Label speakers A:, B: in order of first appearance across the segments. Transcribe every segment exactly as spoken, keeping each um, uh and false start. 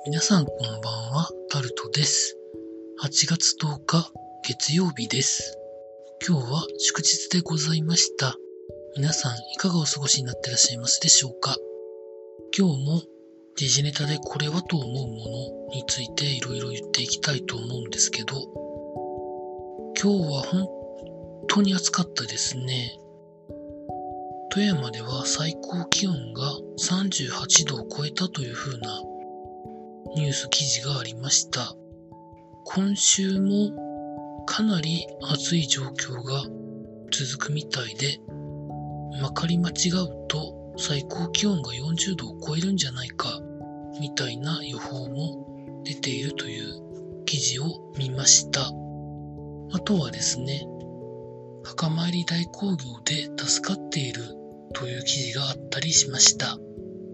A: 皆さんこんばんは、タルトです。はちがつとおか月曜日です。今日は祝日でございました。皆さんいかがお過ごしになってらっしゃいますでしょうか。今日も時事ネタでこれはと思うものについていろいろ言っていきたいと思うんですけど、今日は本当に暑かったですね。富山では最高気温がさんじゅうはちどを超えたという風なニュース記事がありました。今週もかなり暑い状況が続くみたいで、まかり間違うと最高気温がよんじゅうどを超えるんじゃないかみたいな予報も出ているという記事を見ました。あとはですね、墓参り代行業で助かっているという記事があったりしました。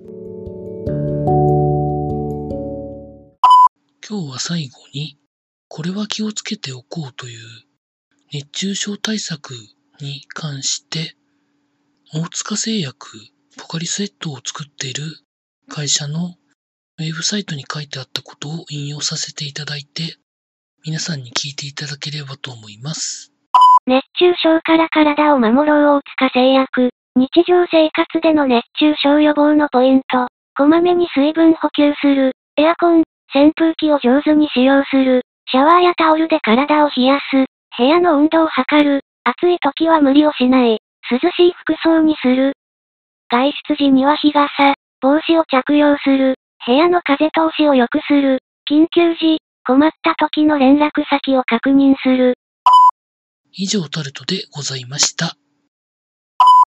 A: 今日は最後に、これは気をつけておこうという熱中症対策に関して、大塚製薬ポカリスエットを作っている会社のウェブサイトに書いてあったことを引用させていただいて、皆さんに聞いていただければと思います。
B: 熱中症から体を守ろう大塚製薬。日常生活での熱中症予防のポイント。こまめに水分補給する。エアコン、扇風機を上手に使用する。シャワーやタオルで体を冷やす。部屋の温度を測る。暑い時は無理をしない。涼しい服装にする。外出時には日傘、帽子を着用する。部屋の風通しを良くする。緊急時、困った時の連絡先を確認する。
A: 以上タルトでございました。